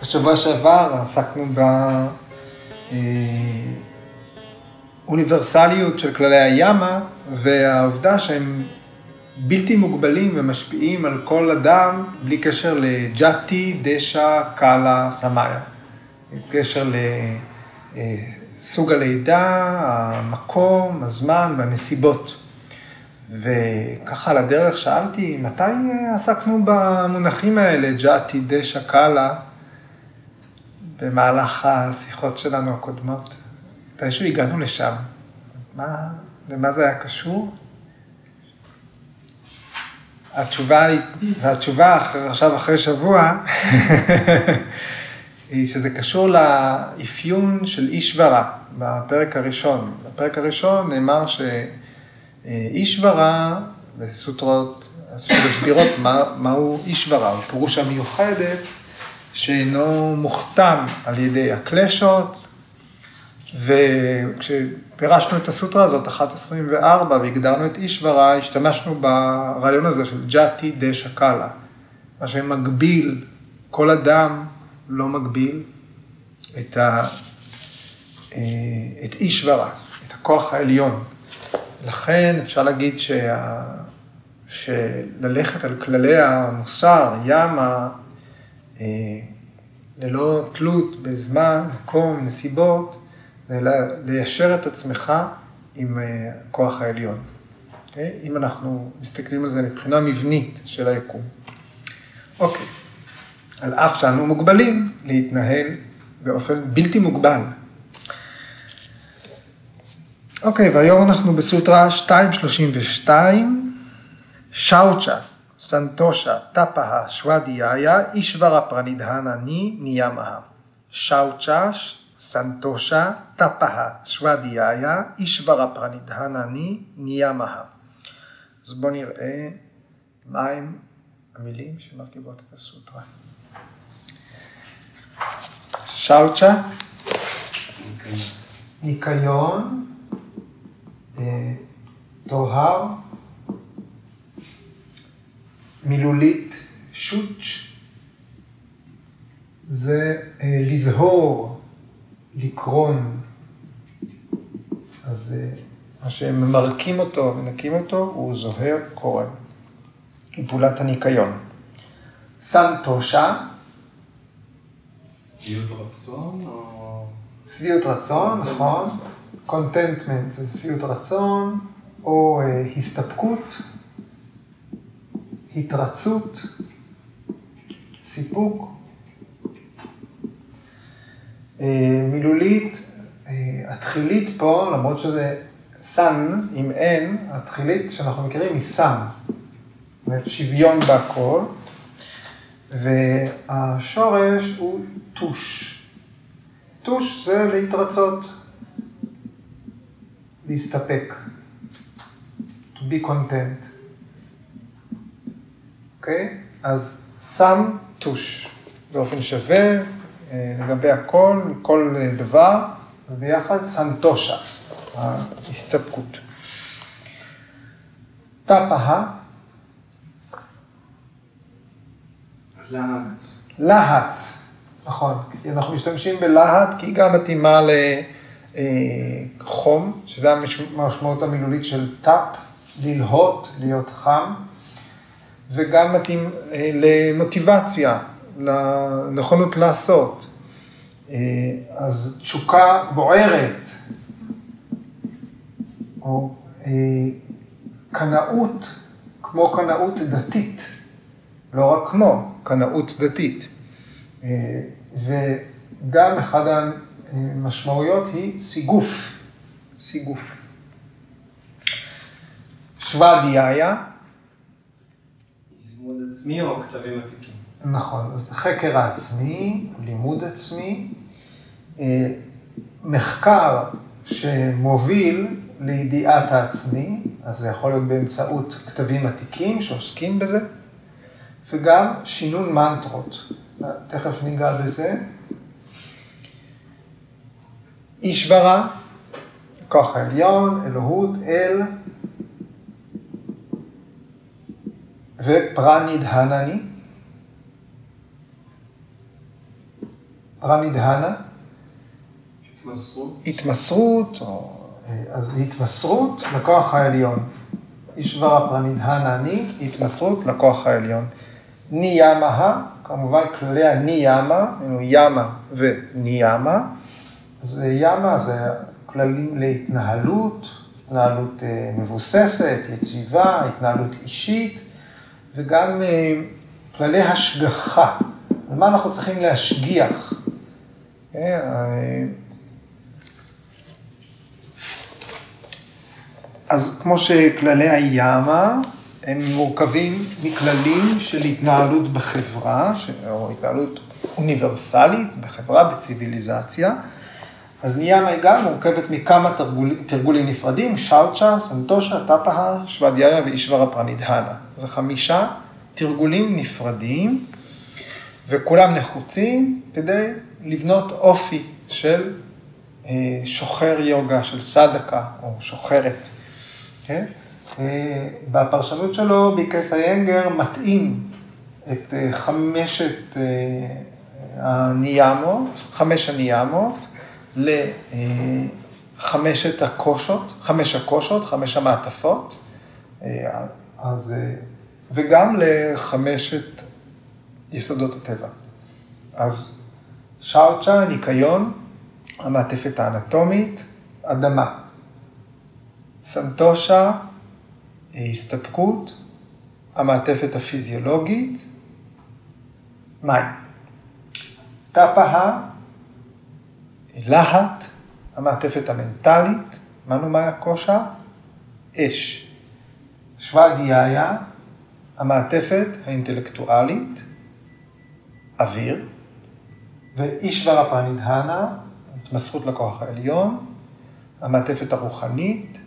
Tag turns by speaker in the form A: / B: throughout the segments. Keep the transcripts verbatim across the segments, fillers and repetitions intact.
A: בשבוע שעבר עסקנו באוניברסליות של כללי הימה, והעובדה שהם בלתי מוגבלים ומשפיעים על כל אדם, בלי קשר לג'אטי, דשא, קאלה, סמאיה. קשר לסוג הלידה, המקום, הזמן והנסיבות. וככה על הדרך שאלתי, מתי עסקנו במונחים האלה, ג'אטי, דשא, קאלה, במהלך השיחות שלנו הקודמות? מתישהו הגענו לשם. מה, למה זה היה קשור? התשובה היא, והתשובה עכשיו אחרי שבוע, היא שזה קשור לאפיון של אישברה בפרק הראשון. בפרק הראשון נאמר שאישברה בסוטרות, מסבירות מה, מהו אישברה, הוא פירוש המיוחדת שאינו מוכתם על ידי הקלשות, וכשפירשנו את הסוטרה הזאת, אחת עשרים וארבע, והגדרנו את אישברה, השתמשנו ברעיון הזה של ג'אטי, דשא, קאלה, מה שמגביל, כל אדם לא מגביל את, ה, את אישברה, את הכוח העליון. לכן אפשר להגיד שה, שללכת על כללי המוסר, ימה, ללא תלות בזמן, מקום, נסיבות, זה ליישר את עצמך עם הכוח העליון. Okay? אם אנחנו מסתכלים על זה מבחינה מבנית של היקום. אוקיי. על אף שאנו מוגבלים להתנהל באופן בלתי מוגבל. אוקיי, והיום אנחנו בסוטרה שתיים שלושים ושתיים, שאוצ'ה, סנטושה, טפהה, שוואדייה, אישברה פרנידהנה ני ניאמהה. שאוצ'ה, סנטושה, טפהה, שוואדייה, אישברה פרנידהנה ני ניאמהה. אז בואו נראה מהם המילים שמרכיבות את הסוטרה. שאוצ'ה, ניקיון, טוהר, מילולית, שוץ', זה לזהור, לקרון, אז מה שממרקים אותו ונקים אותו הוא זוהר קורן, פעולת הניקיון. סנטושה,
B: שביעות רצון או...
A: שביעות רצון, נכון. קונטנטמנט זה שביעות רצון, או הסתפקות, התרצות, סיפוק. מילולית, התחילית פה, למרות שזה סן עם אין, התחילית שאנחנו מכירים היא סם. זאת אומרת, שוויון בהכל. והשורש הוא טוש. טוש זה להתרצות, להסתפק. To be content. אוקיי? אז סם טוש. באופן שווה, לגבי הכל, כל דבר, וביחד סנטושה, ההסתפקות. טפהה.
B: להט.
A: להט, נכון. אנחנו משתמשים בלהט, כי היא גם מתאימה לחום, שזה המשמעות המילולית של טאפ, ללהות, להיות חם, וגם מתאים למוטיבציה, לנכונות לעשות. אז תשוקה בוערת, או קנאות, כמו קנאות דתית, לא רק כמו, קנאות דתית. וגם אחד המשמעויות היא סיגוף, סיגוף. שוואדייה.
B: לימוד עצמי או כתבים עתיקים?
A: נכון, אז חקר העצמי, לימוד עצמי, מחקר שמוביל לידיעת העצמי, אז זה יכול להיות באמצעות כתבים עתיקים שעוסקים בזה, וגם שינון מנטרות, תכף ניגע בזה. אישברה, כוח העליון, אלוהות, אל, ופרנידהנני. פרמידהנה.
B: התמסרות.
A: התמסרות, או, אז התמסרות לכוח העליון. אישברה פרמידהנה אני, התמסרות לכוח העליון. ניאמה, כמובן כללי הניאמה, ימה וניאמה. אז ימה זה כללים להתנהלות, התנהלות מבוססת, יציבה, התנהלות אישית, וגם כללי השגחה. על מה אנחנו צריכים להשגיח? אז כמו שכללי הימה, הם מורכבים מכללים של התנהלות בחברה, או התנהלות אוניברסלית בחברה, בציביליזציה. אז ניאמה היא גם מורכבת מכמה תרגולים, תרגולים נפרדים, שאוצ'ה, סנטושה, טפהה, שוואדיאיה ואישברה פרנידהנה. זה חמישה תרגולים נפרדים, וכולם נחוצים כדי לבנות אופי של שוחר יוגה, של סדקה או שוחרת. כן? בפרשנות שלו, ביקס איינגר מתאים את חמשת הניאמות, חמש הניאמות, לחמשת הקושות, חמש הקושות, חמש המעטפות, אז, וגם לחמשת יסודות הטבע. אז שאוצ'ה, ניקיון, המעטפת האנטומית, אדמה. סנטושה, הסתפקות, המעטפת הפיזיולוגית, מים. טפהה, להט, המעטפת המנטלית, מנו מאיה קושה, אש. שוואדיאיה, המעטפת האינטלקטואלית, אוויר. ואישברה פרנידהנה, התמסרות לכוח העליון, המעטפת הרוחנית,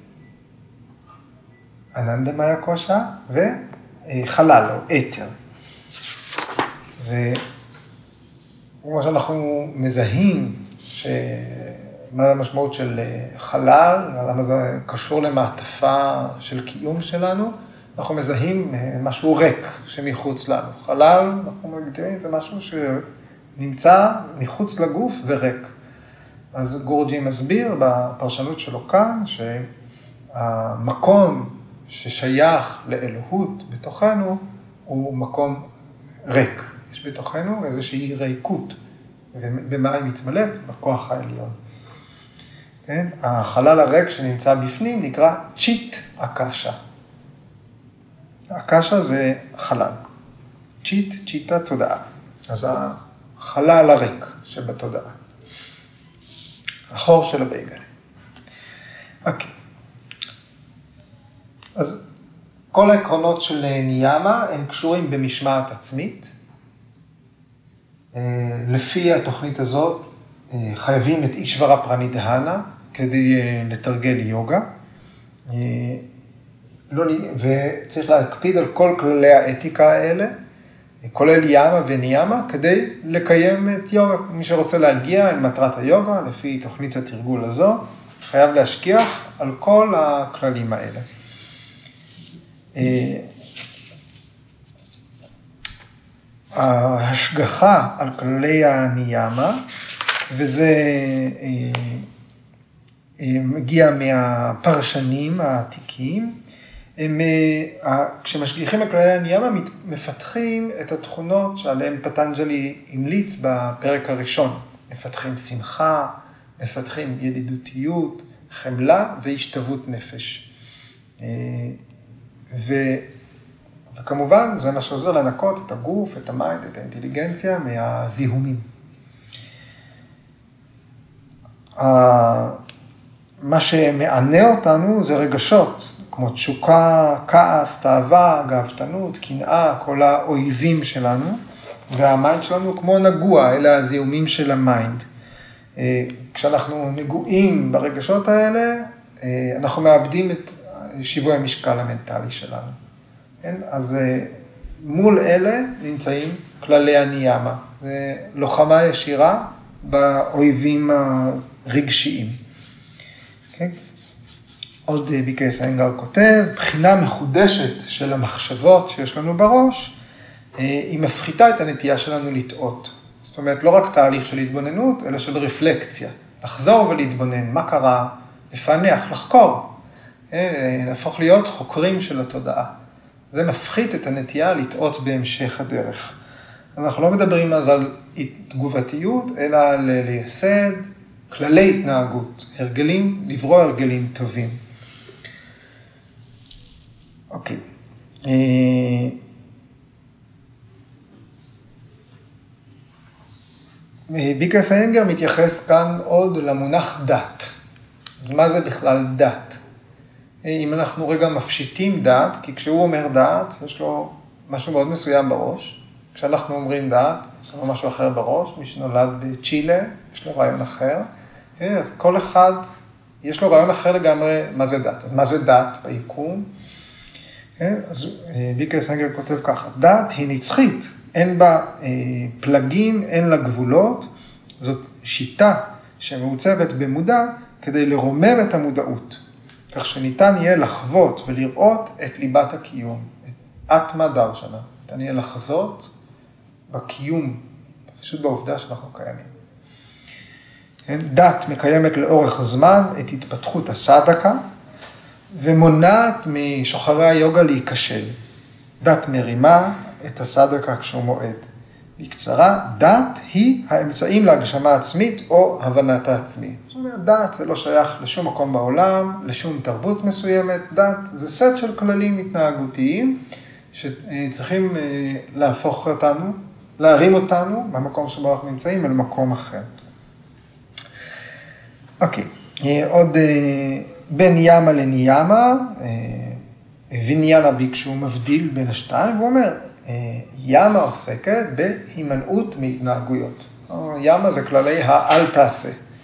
A: אננדה מאיה קושה, וחלל או אתר. זה כמו שאנחנו מזהים, מה המשמעות של חלל, למה זה קשור למעטפה של קיום שלנו, אנחנו מזהים משהו ריק שמחוץ לנו. חלל, אנחנו מגדירים, זה משהו שנמצא מחוץ לגוף וריק. אז גורג'י מסביר בפרשנות שלו כאן, שהמקום ששייך לאלוהות בתוכנו, הוא מקום ריק. יש בתוכנו איזושהי ריקות, ובמה היא מתמלאת? בכוח העליון. כן? החלל הריק שנמצא בפנים נקרא צ'יט אקשה. אקשה זה חלל. צ'יט, צ'יטה, תודעה. אז החלל הריק שבתודעה. החור של הבייגל. אוקיי. אז כל העקרונות של ניאמה הם קשורים במשמעת עצמית. לפי התוכנית הזאת חייבים את אישברה פרנידהנה כדי לתרגל יוגה. וצריך להקפיד על כל כללי האתיקה האלה, כולל ימה וניאמה, כדי לקיים את יוגה. מי שרוצה להגיע אל מטרת היוגה, לפי תוכנית התרגול הזו, חייב להשגיח על כל הכללים האלה. ההשגחה על כללי הניאמה, וזה מגיע מהפרשנים העתיקים, הם, כשמשגיחים על כללי הניאמה, מפתחים את התכונות שעליהן פטנג'לי המליץ בפרק הראשון. מפתחים שמחה, מפתחים ידידותיות, חמלה והשתוות נפש. ו, וכמובן, זה מה שעוזר לנקות את הגוף, את המיינד, את האינטליגנציה מהזיהומים. מה שמענה אותנו זה רגשות, כמו תשוקה, כעס, תאווה, גאוותנות, קנאה, כל האויבים שלנו, והמיינד שלנו כמו נגוע, אלה הזיהומים של המיינד. כשאנחנו נגועים ברגשות האלה, אנחנו מאבדים את שיווי המשקל המנטלי שלנו. כן? אז מול אלה נמצאים כללי הניאמה, ולוחמה ישירה באויבים הרגשיים. כן? עוד ביקס איינגר כותב, בחינה מחודשת של המחשבות שיש לנו בראש, היא מפחיתה את הנטייה שלנו לטעות. זאת אומרת, לא רק תהליך של התבוננות, אלא של רפלקציה. לחזור ולהתבונן, מה קרה, לפענח, לחקור. להפוך להיות חוקרים של התודעה. זה מפחית את הנטייה לטעות בהמשך הדרך. אנחנו לא מדברים אז על תגובתיות, אלא על לייסד כללי התנהגות, הרגלים, לברוא הרגלים טובים. אוקיי. ביקרס איינגר מתייחס כאן עוד למונח דת. אז מה זה בכלל דת? אם אנחנו רגע מפשיטים דת, כי כשהוא אומר דת, יש לו משהו מאוד מסוים בראש. כשאנחנו אומרים דת, יש לנו משהו אחר בראש. מי שנולד בצ'ילה, יש לו רעיון אחר. אז כל אחד, יש לו רעיון אחר לגמרי מה זה דת. אז מה זה דת ביקום? אז ביקרס איינגר כותב ככה, דת היא נצחית. אין בה פלגים, אין לה גבולות. זאת שיטה שמעוצבת במודע כדי לרומם את המודעות. כך שניתן יהיה לחוות ולראות את ליבת הקיום, את אטמה דרשנה. ניתן יהיה לחזות בקיום, פשוט בעובדה שאנחנו קיימים. דת מקיימת לאורך זמן את התפתחות הסדקה, ומונעת משוחרי היוגה להיכשל. דת מרימה את הסדקה כשהוא מועד. בקצרה, דת היא האמצעים להגשמה עצמית או הבנת העצמי. זאת אומרת, דת זה לא שייך לשום מקום בעולם, לשום תרבות מסוימת. דת זה סט של כללים התנהגותיים שצריכים להפוך אותנו, להרים אותנו במקום שבו אנחנו נמצאים אל מקום אחר. אוקיי, עוד בין ימה לניאמה, ויניאנה ביקשו מבדיל בין השתיים, והוא אומר, ימה עוסקת בהימנעות מהתנהגויות. ימה זה כללי האל תעשה.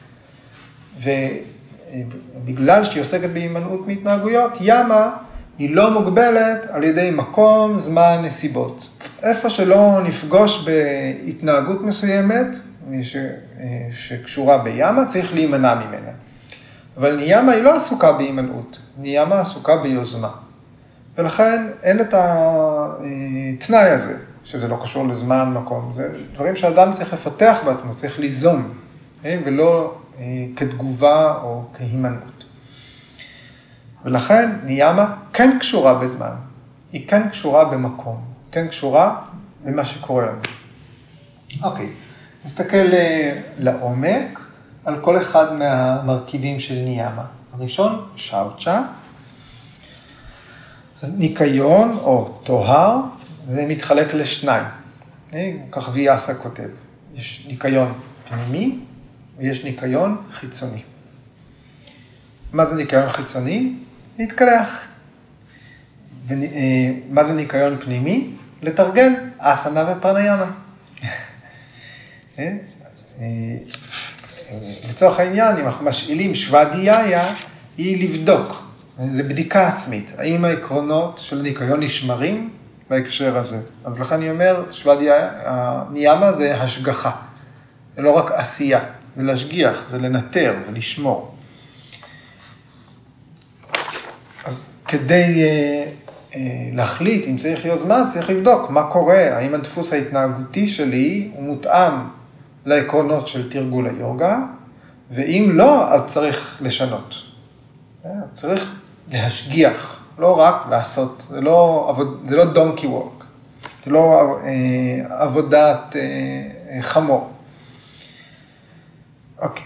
A: ובגלל שהיא עוסקת בהימנעות מהתנהגויות, ימה היא לא מוגבלת על ידי מקום, זמן, נסיבות. איפה שלא נפגוש בהתנהגות מסוימת, ש... שקשורה בימה, צריך להימנע ממנה. אבל ניאמה היא לא עסוקה בהימנעות, ניאמה עסוקה ביוזמה. ולכן אין את התנאי הזה, שזה לא קשור לזמן, מקום. זה דברים שאדם צריך לפתח בעצמו, צריך ליזום, ולא כתגובה או כהימנעות. ולכן ניאמה כן קשורה בזמן, היא כן קשורה במקום, כן קשורה במה שקורה לנו. אוקיי, נסתכל לעומק על כל אחד מהמרכיבים של ניאמה. הראשון, שאוצ'ה. אז ניקיון או טוהר, זה מתחלק לשניים. כך ויאסה כותב. יש ניקיון פנימי ויש ניקיון חיצוני. מה זה ניקיון חיצוני? להתקלח. ומה זה ניקיון פנימי? לתרגל אסנה ופרניאמה. לצורך העניין, אם אנחנו משאילים שוואדייה, היא לבדוק. זה בדיקה עצמית. האם העקרונות של ניקיון נשמרים בהקשר הזה? אז לכן אני אומר, שוואדייה, הניאמה זה השגחה. זה לא רק עשייה, זה להשגיח, זה לנטר, זה לשמור. אז כדי אה, אה, להחליט אם צריך יוזמה, צריך לבדוק מה קורה, האם הדפוס ההתנהגותי שלי הוא מותאם לעקרונות של תרגול היוגה, ואם לא, אז צריך לשנות. אז צריך להשגיח, לא רק לעשות, זה לא, עבוד, זה לא דונקי וורק, זה לא אה, עבודת אה, חמור. אוקיי.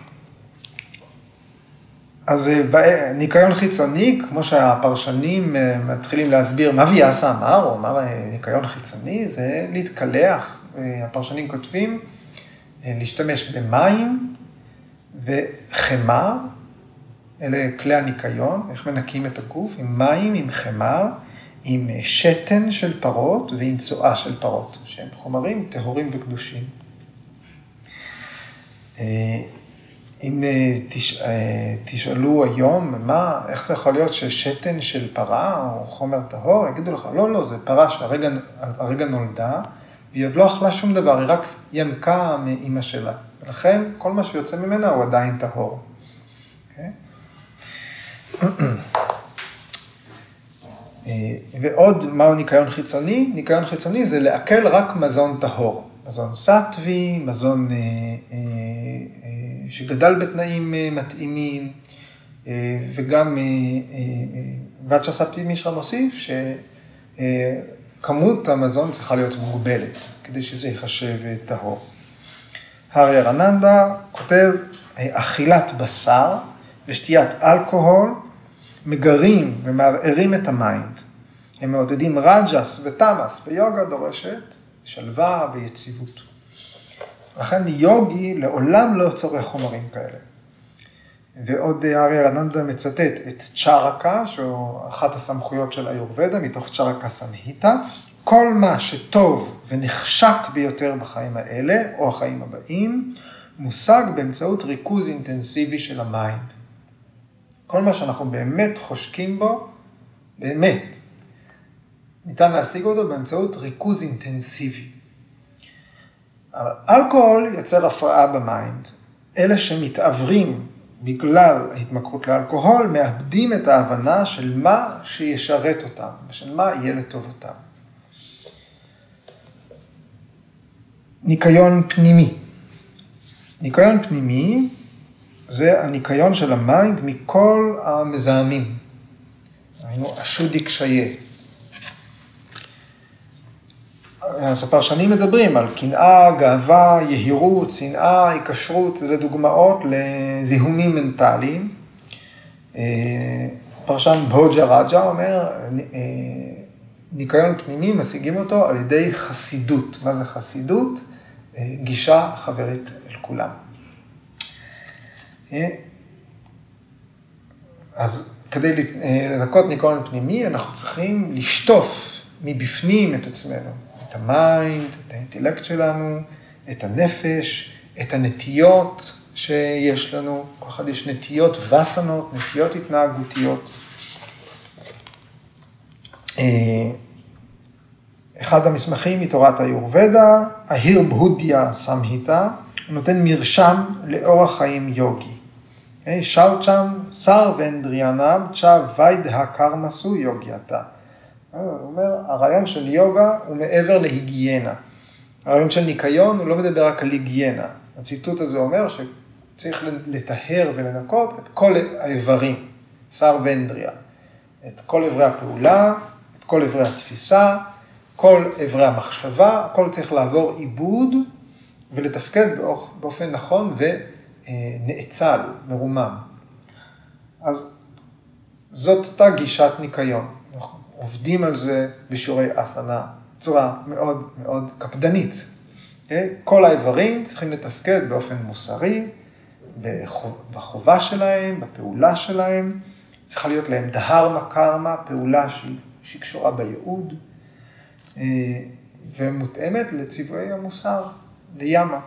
A: אז ניקיון חיצוני, כמו שהפרשנים מתחילים להסביר מה ויאסה אמר, או מה ניקיון חיצוני, זה להתקלח. הפרשנים כותבים, להשתמש במים וחמר, אלה כלי הניקיון, איך מנקים את הגוף, עם מים, עם חמר, עם שתן של פרות ועם צואה של פרות, שהם חומרים טהורים וקדושים. אם תשאלו היום, מה, איך זה יכול להיות ששתן של פרה או חומר טהור, יגידו לך, לא, לא, זה פרה שהרגע נולדה, והיא עוד לא אכלה שום דבר, היא רק ינקה מאמא שלה. ולכן, כל מה שיוצא ממנה הוא עדיין טהור. ועוד, מהו ניקיון חיצוני? ניקיון חיצוני זה לעכל רק מזון טהור. מזון סטווי, מזון אה, אה, אה, שגדל בתנאים אה, מתאימים, אה, וגם אה, אה, ואצ'ה ספטי מישרא מוסיף שכמות המזון צריכה להיות מוגבלת, כדי שזה ייחשב טהור. הארי ארננדה כותב, אכילת בשר ושתיית אלכוהול מגרים ומערערים את המיינד. הם מעודדים רג'ס וטמאס, ויוגה דורשת שלווה ויציבות. לכן יוגי לעולם לא צורך חומרים כאלה. ועוד הארי ארננדה מצטט את צ'רקה, שהוא אחת הסמכויות של היורבדה, מתוך צ'רקה סמהיטה. כל מה שטוב ונחשק ביותר בחיים האלה, או החיים הבאים, מושג באמצעות ריכוז אינטנסיבי של המיינד. כל מה שאנחנו באמת חושקים בו, באמת, ניתן להשיג אותו באמצעות ריכוז אינטנסיבי. אלכוהול יוצר הפרעה במיינד. אלה שמתעברים בגלל ההתמכרות לאלכוהול, מאבדים את ההבנה של מה שישרת אותם, ושל מה יהיה לטוב אותם. ניקיון פנימי. ניקיון פנימי זה הניקיון של המיינד מכל המזהמים. היינו אשודי קשיה. אז הפרשנים מדברים על קנאה, גאווה, יהירות, שנאה, היקשרות, זה דוגמאות לזיהומים מנטליים. פרשן בוג'ה רג'ה אומר, ניקיון פנימי משיגים אותו על ידי חסידות. מה זה חסידות? גישה חברית אל כולם. אז כדי לנקות ניקיון פנימי, אנחנו צריכים לשטוף מבפנים את עצמנו. את המיינד, את האינטלקט שלנו, את הנפש, את הנטיות שיש לנו. כל אחד יש נטיות וסנות, נטיות התנהגותיות. אחד המסמכים מתורת היורבדה, ההירבהודיה סמהיטה, נותן מרשם לאורח חיים יוגי. שאוצ'ם סרוונדריאנם צ'ה ויידה קרמסו יוגייתה. הוא אומר, הרעיון של יוגה הוא מעבר להיגיינה. הרעיון של ניקיון הוא לא מדבר רק על היגיינה. הציטוט הזה אומר שצריך לטהר ולנקות את כל האיברים, סרוונדריה. את כל איברי הפעולה, את כל איברי התפיסה, כל איברי המחשבה, הכל צריך לעבור עיבוד ולתפקד באופן נכון ונאצל, מרומם. אז זאת אותה גישת ניקיון. אנחנו עובדים על זה בשיעורי אסנה, צורה מאוד מאוד קפדנית. כל האיברים צריכים לתפקד באופן מוסרי, בחובה שלהם, בפעולה שלהם. צריכה להיות להם דהרמה קרמה, פעולה שהיא קשורה בייעוד, ומותאמת לצבעי המוסר, לימה.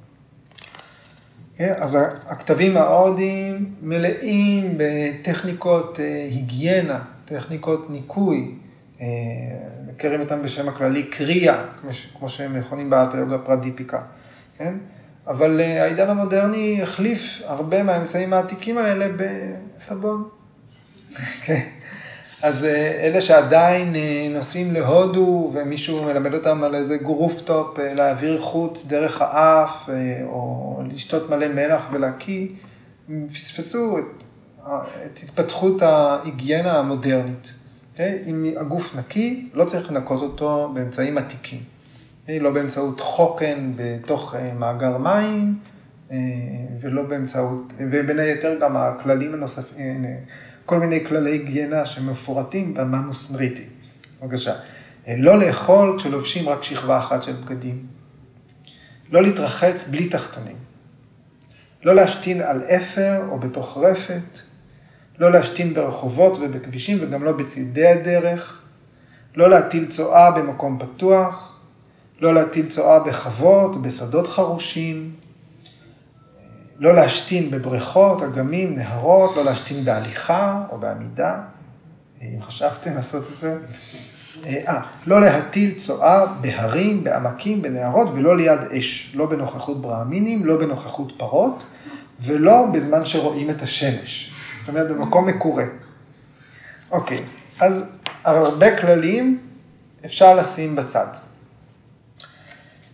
A: אז הכתבים ההודיים מלאים בטכניקות היגיינה, טכניקות ניקוי, מכירים אותם בשם הכללי קריאה, כמו שהם נכונים בהאטה יוגה פרדיפיקה, כן? אבל העידן המודרני החליף הרבה מהאמצעים העתיקים האלה בסבון. כן. אז אלה שעדיין נוסעים להודו ומישהו מלמד אותם על איזה גורופטופ, להעביר חוט דרך האף או לשתות מלא מלח ולהקיא, פספסו את, את התפתחות ההיגיינה המודרנית. אם הגוף נקי, לא צריך לנקות אותו באמצעים עתיקים. לא באמצעות חוקן בתוך מאגר מים, ולא באמצעות, ובין היתר גם הכללים הנוספים, כל מיני כללי היגיינה שמפורטים במנוס מריטי. בבקשה. לא לאכול כשלובשים רק שכבה אחת של בגדים. לא להתרחץ בלי תחתונים. לא להשתין על אפר או בתוך רפת. לא להשתין ברחובות ובכבישים וגם לא בצידי הדרך. לא להטיל צואה במקום פתוח. לא להטיל צואה בחוות, בשדות חרושים. לא להשתין בבריכות, אגמים, נהרות, לא להשתין בהליכה או בעמידה, אם חשבתם לעשות את זה. אה, לא להטיל צואה בהרים, בעמקים, בנהרות, ולא ליד אש, לא בנוכחות ברהמינים, לא בנוכחות פרות, ולא בזמן שרואים את השמש. זאת אומרת, במקום מקורה. אוקיי, אז הרבה כללים אפשר לשים בצד.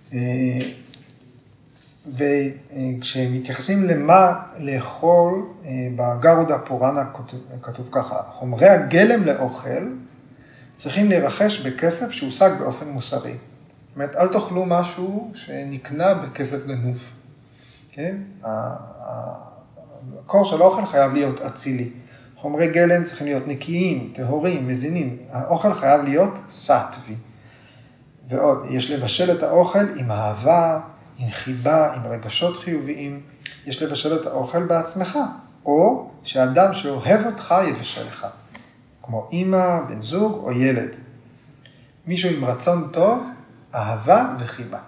A: וכשמתייחסים למה לאכול, בגרודה פורנה כתוב ככה, חומרי הגלם לאוכל צריכים להירכש בכסף שהושג באופן מוסרי. זאת אומרת, אל תאכלו משהו שנקנה בכסף גנוב. כן? המקור של האוכל חייב להיות אצילי. חומרי גלם צריכים להיות נקיים, טהורים, מזינים. האוכל חייב להיות סטווי. ועוד, יש לבשל את האוכל עם אהבה, עם חיבה, עם רגשות חיוביים. יש לבשל את האוכל בעצמך, או שאדם שאוהב אותך יבשל לך. כמו אמא, בן זוג או ילד. מישהו עם רצון טוב, אהבה וחיבה.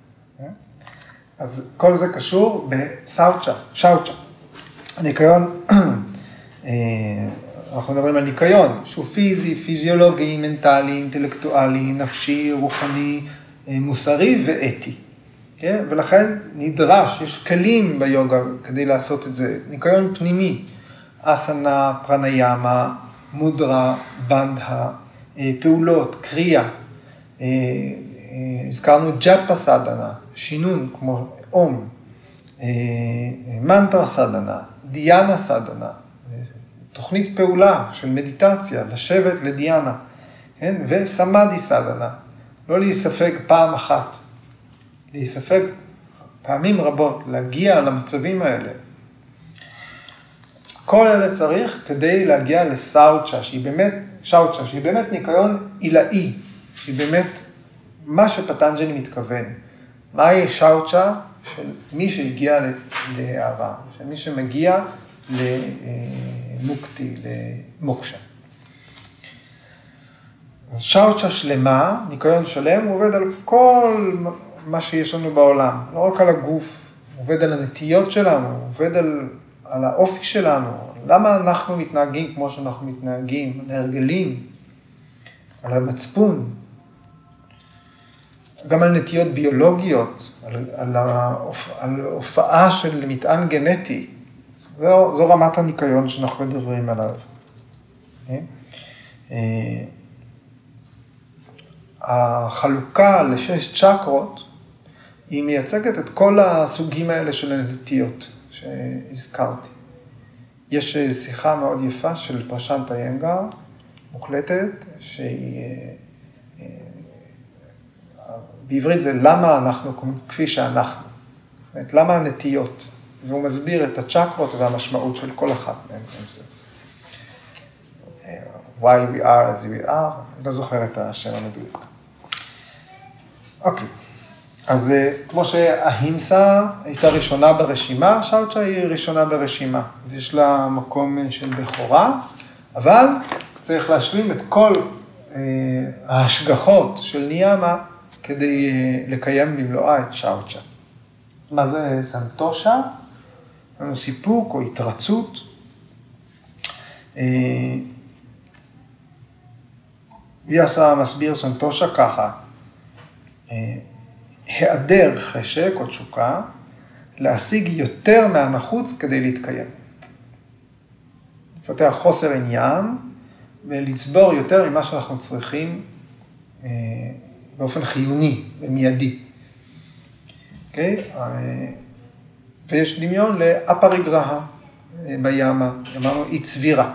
A: אז כל זה קשור בסאוצ'ה, שאוצ'ה. הניקיון, אנחנו מדברים על ניקיון, שהוא פיזי, פיזיולוגי, מנטלי, אינטלקטואלי, נפשי, רוחני, מוסרי ואתי. ולכן נדרש, יש כלים ביוגה כדי לעשות את זה. ניקיון פנימי, אסנה, פרניאמה, מודרה, בנדהה, פעולות, קריאה. הזכרנו ג'אפה סדנה, שינון כמו אום, מנטרה סדנה, דיאנה סדנה, תוכנית פעולה של מדיטציה, לשבת לדיאנה, כן? וסמאדי סדנה, לא להיספק פעם אחת, להיספק פעמים רבות, להגיע למצבים האלה. כל אלה צריך כדי להגיע לסאוצ'ה, שהיא באמת, שאוצ'ה, שהיא באמת ניקיון עילאי, שהיא באמת מה שפטנג'לי מתכוון. מהי שאוצ'ה של מי שהגיע להערה, של מי שמגיע למוקטי, למוקשה. שאוצ'ה שלמה, ניקיון שלם, הוא עובד על כל מה שיש לנו בעולם, לא רק על הגוף, הוא עובד על הנטיות שלנו, הוא עובד על, על האופי שלנו, למה אנחנו מתנהגים כמו שאנחנו מתנהגים, על ההרגלים, על המצפון, גם על נטיות ביולוגיות, על, על, על הופעה של מטען גנטי. זו, זו רמת הניקיון שאנחנו מדברים עליו. Okay? החלוקה לשש צ'קרות, היא מייצגת את כל הסוגים האלה של הנטיות שהזכרתי. יש שיחה מאוד יפה של פרשנטה איינגר, מוקלטת, שהיא... בעברית זה למה אנחנו כפי שאנחנו. זאת אומרת, למה הנטיות. והוא מסביר את הצ'קרות והמשמעות של כל אחת מהם. Why we are as we are, אני לא זוכר את השם המדויק. אוקיי. אז כמו שההימסה הייתה ראשונה ברשימה, שאוצ'ה היא ראשונה ברשימה. אז יש לה מקום של בכורה, אבל צריך להשלים את כל ההשגחות של ניאמה, כדי לקיים במלואה את שאוצ'ה. אז מה זה סנטושה? לנו סיפוק או התרצות. ויאסה מסביר סנטושה ככה, היעדר חשק או תשוקה, להשיג יותר מהנחוץ כדי להתקיים. לפתח חוסר עניין, ולצבור יותר ממה שאנחנו צריכים באופן חיוני ומיידי. אוקיי? ויש דמיון לאפריגרהה בימה, אמרנו אי צבירה.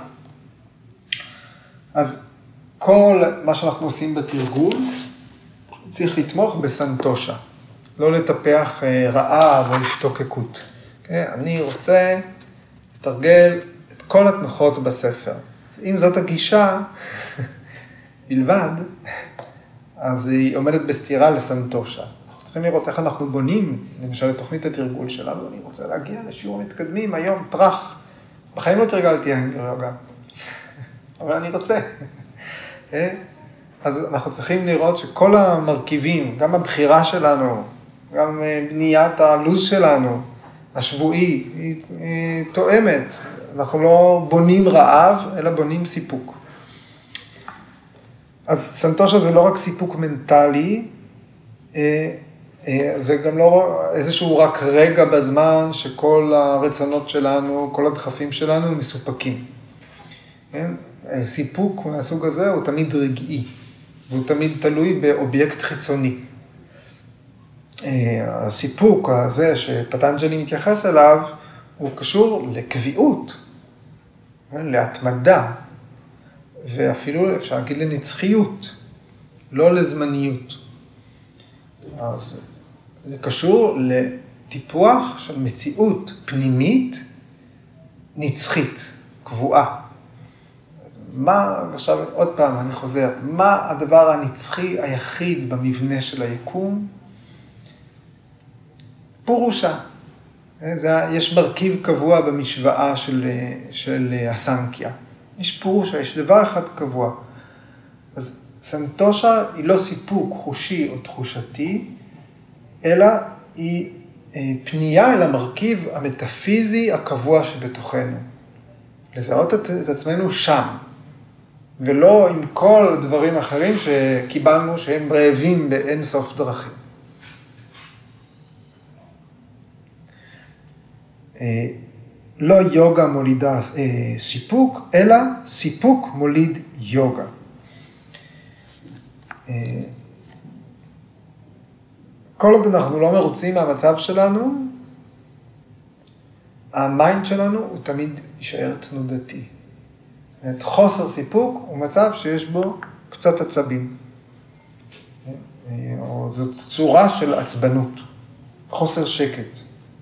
A: אז כל מה שאנחנו עושים בתרגול, צריך לתמוך בסנטושה, לא לטפח רעב או השתוקקות. אוקיי? אני רוצה לתרגל את כל התנוחות בספר. אז אם זאת הגישה בלבד, אז היא עומדת בסתירה לסנטושה. אנחנו צריכים לראות איך אנחנו בונים, למשל, את תוכנית התרגול שלנו. אני רוצה להגיע לשיעור מתקדמים היום, טרח. בחיים לא תרגלתי יוגה, אבל אני רוצה. אז אנחנו צריכים לראות שכל המרכיבים, גם הבחירה שלנו, גם בניית הלוז שלנו, השבועי, היא, היא תואמת. אנחנו לא בונים רעב, אלא בונים סיפוק. אז סנטושה זה לא רק סיפוק מנטלי, זה גם לא איזשהו רק רגע בזמן שכל הרצונות שלנו, כל הדחפים שלנו מסופקים. סיפוק מהסוג הזה הוא תמיד רגעי, והוא תמיד תלוי באובייקט חיצוני. הסיפוק הזה שפטנג'לי מתייחס אליו, הוא קשור לקביעות, להתמדה, ואפילו אפשר להגיד לנצחיות, לא לזמניות. אז זה קשור לטיפוח של מציאות פנימית נצחית, קבועה. מה, עכשיו עוד פעם אני חוזר, מה הדבר הנצחי היחיד במבנה של היקום? פורושה. זה, יש מרכיב קבוע במשוואה של, של הסנקיה. יש פורושה, יש דבר אחד קבוע. אז סנטושה היא לא סיפוק חושי או תחושתי, אלא היא פנייה אל המרכיב המטאפיזי הקבוע שבתוכנו. לזהות את, את עצמנו שם, ולא עם כל דברים אחרים שקיבלנו שהם רעבים באין סוף דרכים. לא יוגה מולידה סיפוק, אלא סיפוק מוליד יוגה. כל עוד אנחנו לא מרוצים מהמצב שלנו, המיינד שלנו הוא תמיד יישאר תנודתי. את חוסר סיפוק הוא מצב שיש בו קצת עצבים. או זאת צורה של עצבנות, חוסר שקט.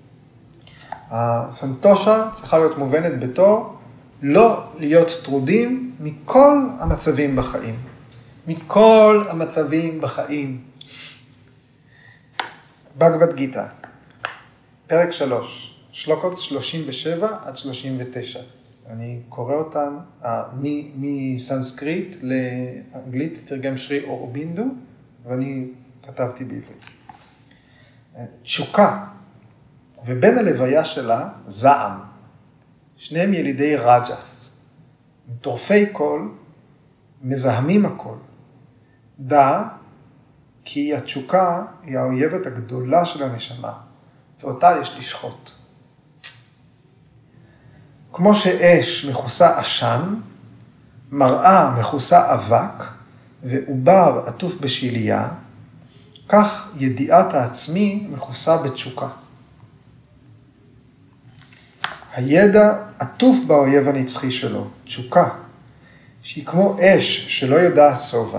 A: הסנטושה צריכה להיות מובנת בתור לא להיות טרודים מכל המצבים בחיים. מכל המצבים בחיים. בגבד גיטה, פרק שלוש, שלוקות שלושים ושבע עד שלושים ותשע. אני קורא אותן מסנסקריט לאנגלית, תרגם שרי אורבינדו, ואני כתבתי בעברית. תשוקה, ובין הלוויה שלה, זעם. שניהם ילידי רג'ס. טורפי קול, מזהמים הכל. דע, כי התשוקה היא האויבת הגדולה של הנשמה, ואותה יש לשחוט. כמו שאש מכוסה עשן, מראה מכוסה אבק, ועובר עטוף בשיליה, כך ידיעת העצמי מכוסה בתשוקה. הידע עטוף באויב הנצחי שלו, תשוקה, שהיא כמו אש שלא יודעת שובע.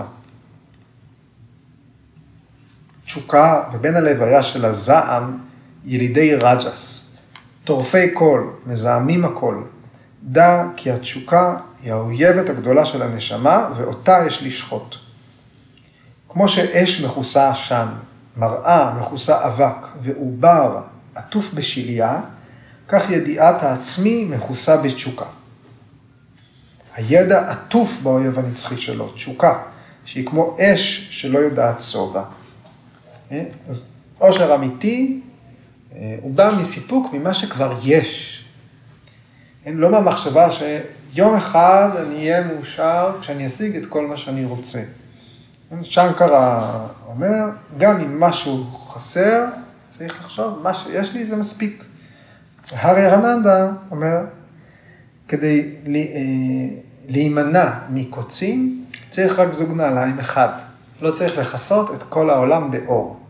A: תשוקה ובין הלוויה של הזעם ילידי רג'ס, טורפי קול, מזהמים הכל. דע כי התשוקה היא האויבת הגדולה של הנשמה ואותה יש לשחוט. כמו שאש מכוסה עשן, מראה מכוסה אבק ועובר עטוף בשיליה, כך ידיעת העצמי מכוסה בתשוקה. הידע עטוף באויב הנצחי שלו, תשוקה, שהיא כמו אש שלא יודעת שובע. אז עושר אמיתי, הוא בא מסיפוק ממה שכבר יש. לא מהמחשבה שיום אחד אני אהיה מאושר כשאני אשיג את כל מה שאני רוצה. שנקרה אומר, גם אם משהו חסר, צריך לחשוב, מה שיש לי זה מספיק. הרי אננדה אומר, כדי להימנע מקוצים, צריך רק זוג נעליים אחד. לא צריך לחסות את כל העולם באור.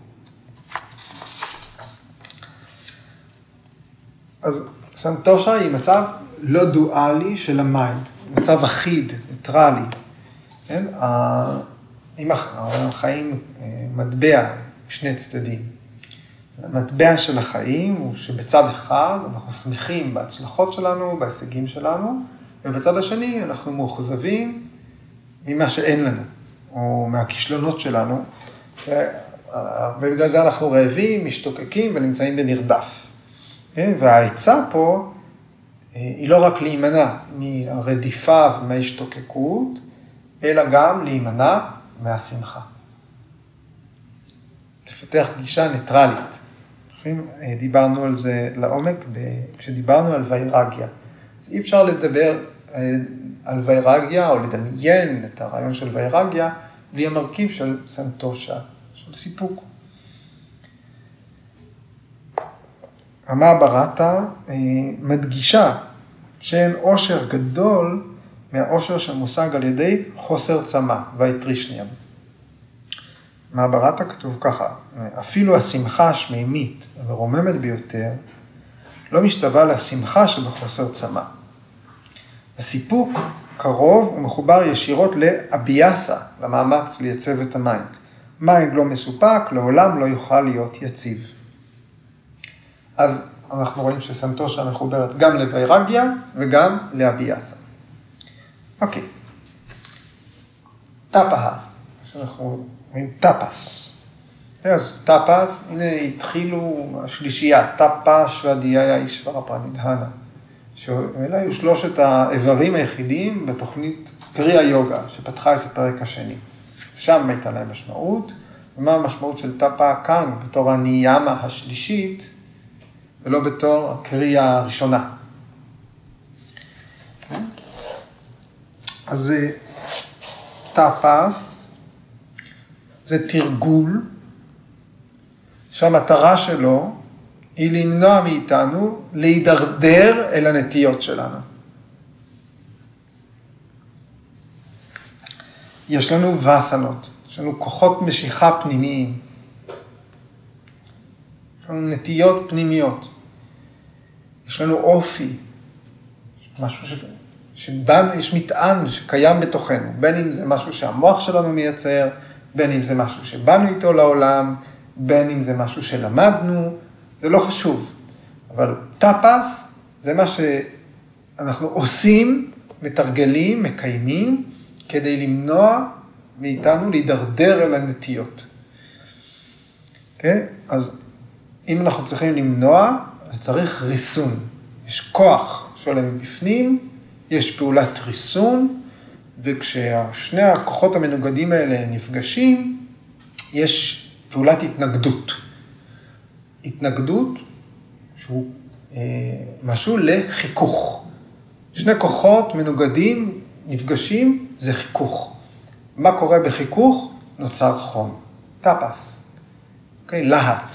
A: אז סנטושה היא מצב לא דואלי של המיינד, מצב אחיד, ניטרלי. כן? עם החיים מטבע שני צדדים. המטבע של החיים הוא שבצד אחד אנחנו שמחים בהצלחות שלנו, בהישגים שלנו, ובצד השני אנחנו מאוכזבים ממה שאין לנו, או מהכישלונות שלנו, ובגלל זה אנחנו רעבים, משתוקקים ונמצאים במרדף. והעצה פה היא לא רק להימנע מהרדיפה ומההשתוקקות, אלא גם להימנע מהשמחה. לפתח גישה ניטרלית. דיברנו על זה לעומק כשדיברנו על ויירגיה. אז אי אפשר לדבר על ויירגיה או לדמיין את הרעיון של ויירגיה בלי המרכיב של סנטושה, של סיפוק. המעברתה מדגישה שאין עושר גדול מהעושר שמושג על ידי חוסר צמא והטרישניאם. במעברתא כתוב ככה, אפילו השמחה השמימית ורוממת ביותר, לא משתווה לשמחה שבחוסר צמא. הסיפוק קרוב ומחובר ישירות לאביאסה, למאמץ לייצב את המיינד. מיינד לא מסופק, לעולם לא יוכל להיות יציב. אז אנחנו רואים שסנטושה מחוברת גם לווירגיה וגם לאביאסה. אוקיי. טאפה, שאנחנו רואים טאפס. אז טאפס, הנה התחילו השלישייה, טאפה, שוודיה, אישברה, פרנידהנה. שאלה היו שלושת האיברים היחידים בתוכנית קריאה יוגה, שפתחה את הפרק השני. שם הייתה להם משמעות, ומה המשמעות של טאפה כאן, בתור הניאמה השלישית, ולא בתור הקריאה הראשונה. אז טאפס, זה תרגול, שהמטרה שלו היא למנוע מאיתנו להידרדר אל הנטיות שלנו. יש לנו וסנות, יש לנו כוחות משיכה פנימיים, יש לנו נטיות פנימיות, יש לנו אופי, משהו ש... שבנו, יש מטען שקיים בתוכנו, בין אם זה משהו שהמוח שלנו מייצר, בין אם זה משהו שבאנו איתו לעולם, בין אם זה משהו שלמדנו, זה לא חשוב. אבל טאפס זה מה שאנחנו עושים, מתרגלים, מקיימים, כדי למנוע מאיתנו להידרדר אל הנטיות. Okay? אז אם אנחנו צריכים למנוע, צריך ריסון. יש כוח שעולה מבפנים, יש פעולת ריסון, וכששני הכוחות המנוגדים האלה נפגשים, יש פעולת התנגדות. התנגדות שהוא אה, משהו לחיכוך. שני כוחות מנוגדים נפגשים, זה חיכוך. מה קורה בחיכוך? נוצר חום. טאפס. אוקיי? להט.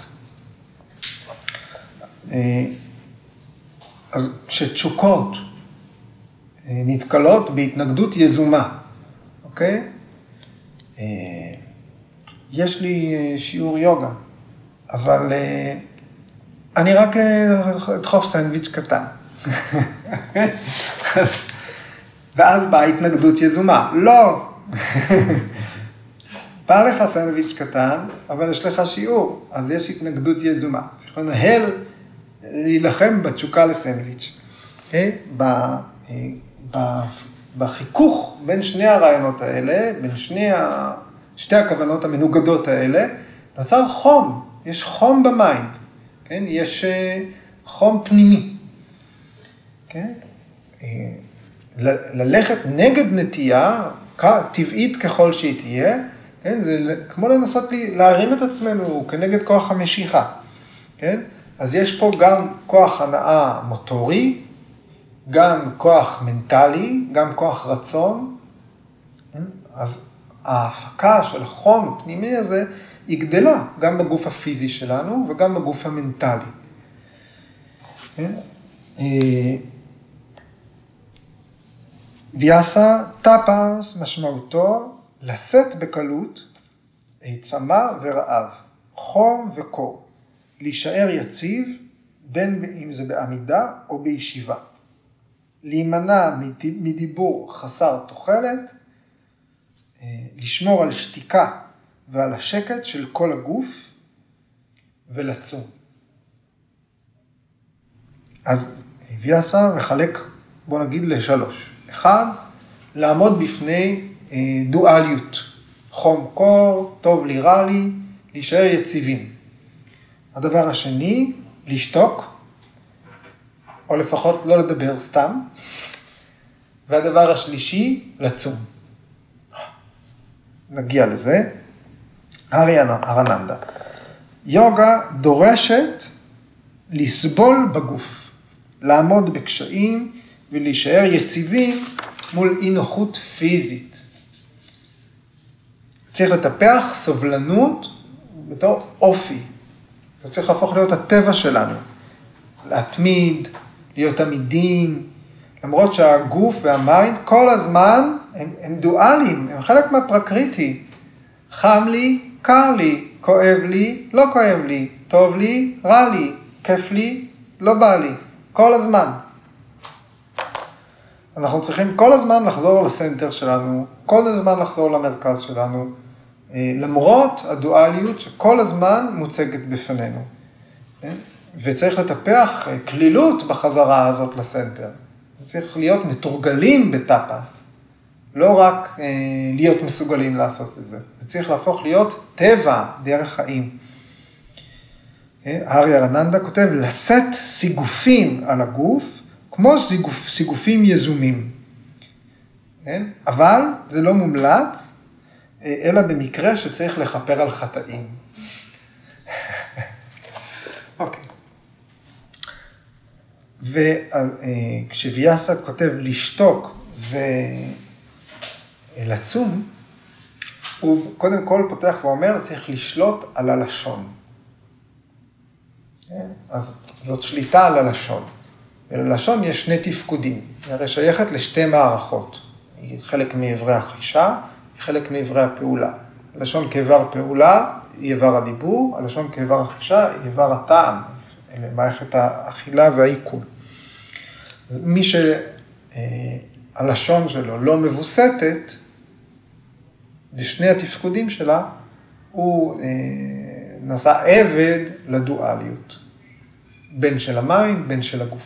A: אה, אז שתשוקות אה, נתקלות בהתנגדות יזומה. אוקיי? אה, יש לי שיעור יוגה, אבל אני רק אדחוף סנדוויץ' קטן. ואז באה התנגדות יזומה. לא! בא לך סנדוויץ' קטן, אבל יש לך שיעור, אז יש התנגדות יזומה. צריך לנהל, להילחם בתשוקה לסנדוויץ'. בחיכוך בין שני הרעיונות האלה, בין שני ה... שתי הכוונות המנוגדות האלה, נוצר חום, יש חום במיינד, כן? יש חום פנימי. כן? ללכת נגד נטייה, טבעית ככל שהיא תהיה, כן? זה כמו לנסות להרים את עצמנו כנגד כוח המשיכה. כן? אז יש פה גם כוח הנאה מוטורי, גם כוח מנטלי, גם כוח רצון. כן? אז ההפקה של החום הפנימי הזה היא גדלה גם בגוף הפיזי שלנו וגם בגוף המנטלי. ויאסה טאפס משמעותו לשאת בקלות צמא ורעב, חום וקור, להישאר יציב בין אם זה בעמידה או בישיבה, להימנע מדיבור חסר תוחלת, לשמור על שתיקה ועל השקט של כל הגוף ולצום. אז ויאסה מחלק, בוא נגיד, לשלוש. אחד, לעמוד בפני דואליות, חום קור, טוב לי, רע לי, להישאר יציבים. הדבר השני, לשתוק, או לפחות לא לדבר סתם. והדבר השלישי, לצום. נגיע לזה. ארי ארננדה. יוגה דורשת לסבול בגוף, לעמוד בקשיים ולהישאר יציבים מול אי נוחות פיזית. צריך לטפח סובלנות בתור אופי. זה צריך להפוך להיות הטבע שלנו. להתמיד, להיות עמידים, למרות שהגוף והמיינד כל הזמן הם, הם דואליים, הם חלק מהפרקריטי. חם לי, קר לי, כואב לי, לא כואב לי, טוב לי, רע לי, כיף לי, לא בא לי, כל הזמן. אנחנו צריכים כל הזמן לחזור לסנטר שלנו, כל הזמן לחזור למרכז שלנו, למרות הדואליות שכל הזמן מוצגת בפנינו. וצריך לטפח כלילות בחזרה הזאת לסנטר. צריך להיות מתורגלים בטאפס, לא רק להיות מסוגלים לעשות את זה. זה צריך להפוך להיות טבע, דרך חיים. אריה רננדה כותב, לשאת סיגופים על הגוף, כמו סיגופ, סיגופים יזומים. אבל זה לא מומלץ, אלא במקרה שצריך לכפר על חטאים. אוקיי. וכשוויאסה כותב לשתוק ולצום, הוא קודם כל פותח ואומר, צריך לשלוט על הלשון. אז זאת שליטה על הלשון. וללשון יש שני תפקודים. היא הרי שייכת לשתי מערכות. היא חלק מאיברי החישה, היא חלק מאיברי הפעולה. הלשון כאיבר פעולה היא איבר הדיבור, הלשון כאיבר החישה היא איבר הטעם. אלה מערכת האכילה והעיכול. מי שהלשון שלו לא מבוסתת, בשני התפקודים שלה, הוא נעשה עבד לדואליות. בין של המים, בין של הגוף.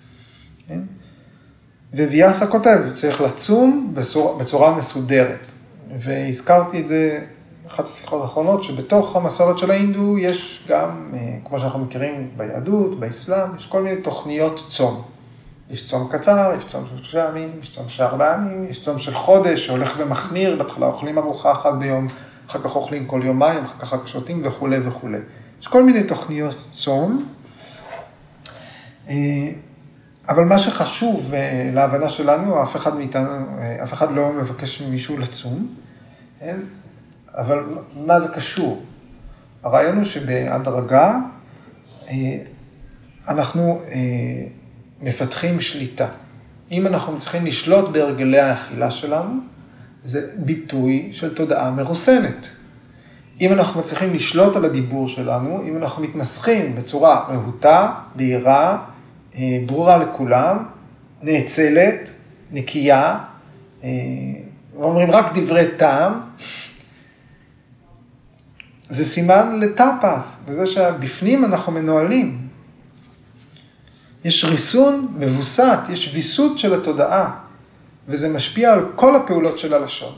A: וויאסה כותב, צריך לצום בצורה, בצורה מסודרת. והזכרתי את זה באחת השיחות האחרונות, שבתוך המסורת של ההינדו יש גם, כמו שאנחנו מכירים ביהדות, באסלאם, יש כל מיני תוכניות צום. יש צום קצר, יש צום של שלושה ימים, יש צום של ארבעה ימים, יש צום של חודש שהולך ומחמיר, בהתחלה אוכלים ארוחה אחת ביום, אחר כך אוכלים כל יומיים, אחר כך שותים וכו' וכו'. יש כל מיני תוכניות צום, אבל מה שחשוב להבנה שלנו, אף אחד מאיתנו, אף אחד לא מבקש ממישהו לצום, אבל מה זה קשור? הרעיון הוא שבהדרגה אנחנו מפתחים שליטה. אם אנחנו צריכים לשלוט בהרגלי האכילה שלנו, זה ביטוי של תודעה מרוסנת. אם אנחנו מצליחים לשלוט על הדיבור שלנו, אם אנחנו מתנסחים בצורה רהוטה, בהירה, ברורה לכולם, נאצלת, נקייה, ואומרים רק דברי טעם, זה סימן לטאפס, וזה שבפנים אנחנו מנוהלים. יש ריסון מבוסת, יש ויסות של התודעה, וזה משפיע על כל הפעולות של הלשון.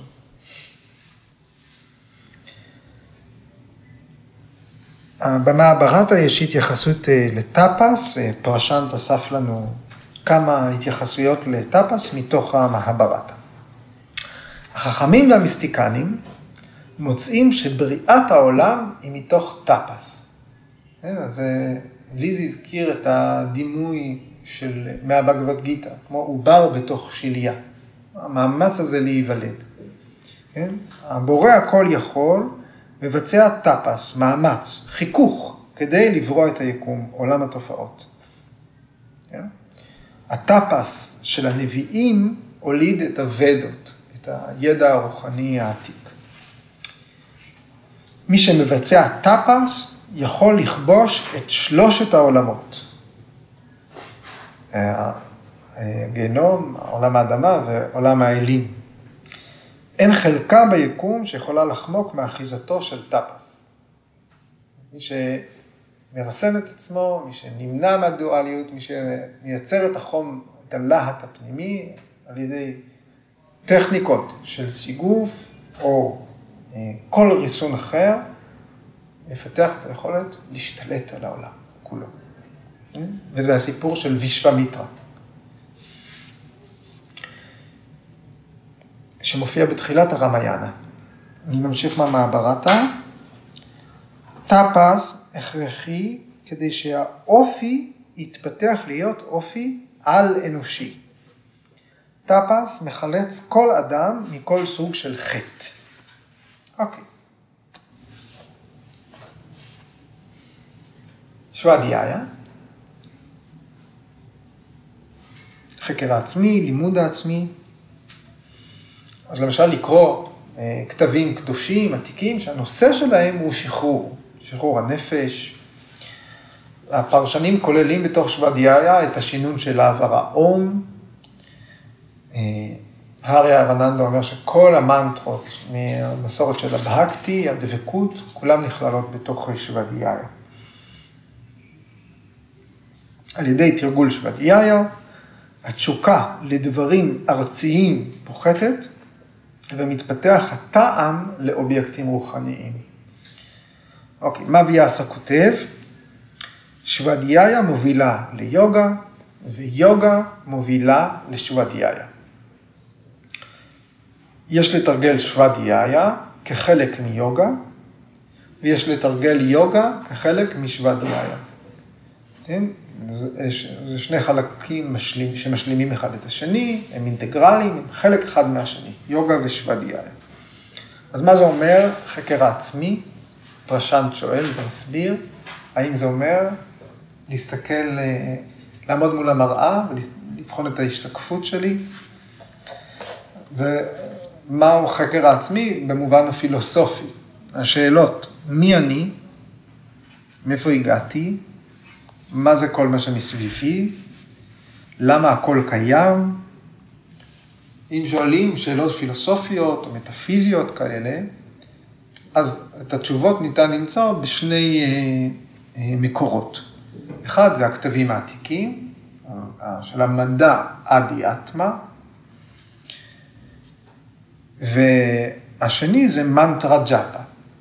A: במעברתא יש התייחסות לטאפס, פרשנט אסף לנו כמה התייחסויות לטאפס מתוך המהברתא. החכמים והמיסטיקנים מוצאים שבריאת העולם היא מתוך טאפס. אז לי זה הזכיר את הדימוי של מהבגבד גיטה, כמו עובר בתוך שליה. המאמץ הזה להיוולד. הבורא הכל יכול, מבצע טאפס, מאמץ, חיכוך, כדי לברוא את היקום, עולם התופעות. הטאפס של הנביאים הוליד את הוודות, את הידע הרוחני העתיק. מי שמבצע טאפס יכול לכבוש את שלושת העולמות. הגיהנום, עולם האדמה ועולם האלים. אין חלקה ביקום שיכולה לחמוק מאחיזתו של טאפס. מי שמרסן את עצמו, מי שנמנע מהדואליות, מי שמייצר את החום, את הלהט הפנימי, על ידי טכניקות של סיגוף או כל ריסון אחר, לפתח את היכולת להשתלט על העולם כולו. וזה הסיפור של וישוומיטרה. שמופיע בתחילת הרמיינה. אני ממשיך מהמעברתא. טאפס הכרחי כדי שהאופי יתפתח להיות אופי על אנושי. טאפס מחלץ כל אדם מכל סוג של חטא. אוקיי. שוואדיהיה. חקר העצמי, לימוד העצמי. אז למשל לקרוא כתבים קדושים, עתיקים, שהנושא שלהם הוא שחרור, שחרור הנפש. הפרשנים כוללים בתוך שוודיה את השינון של העברה אום. הארי ארננדו אומר שכל המנטרות מהמסורת של הבהקתי, הדבקות, כולם נכללות בתוך שוודיה. על ידי תרגול שוודיה, התשוקה לדברים ארציים פוחתת, ומתפתח הטעם לאובייקטים רוחניים. אוקיי, מה ויאסה כותב? שוודיה מובילה ליוגה, ויוגה מובילה לשוודיה. יש לתרגל שוודיה כחלק מיוגה, ויש לתרגל יוגה כחלק משוודיה. כן? זה שני חלקים משלים, שמשלימים אחד את השני, הם אינטגרליים, הם חלק אחד מהשני, יוגה ושוודיה. אז מה זה אומר חקר העצמי? פרשנט שואל ומסביר, האם זה אומר להסתכל, לעמוד מול המראה ולבחון את ההשתקפות שלי? ומהו חקר העצמי? במובן הפילוסופי. השאלות, מי אני? מאיפה הגעתי? מה זה כל מה שמסביבי? למה הכל קיים? אם שואלים שאלות פילוסופיות או מטאפיזיות כאלה, אז את התשובות ניתן למצוא בשני מקורות. אחד זה הכתבים העתיקים, של המדע אדי אטמה, והשני זה מנטרה ג'אפה.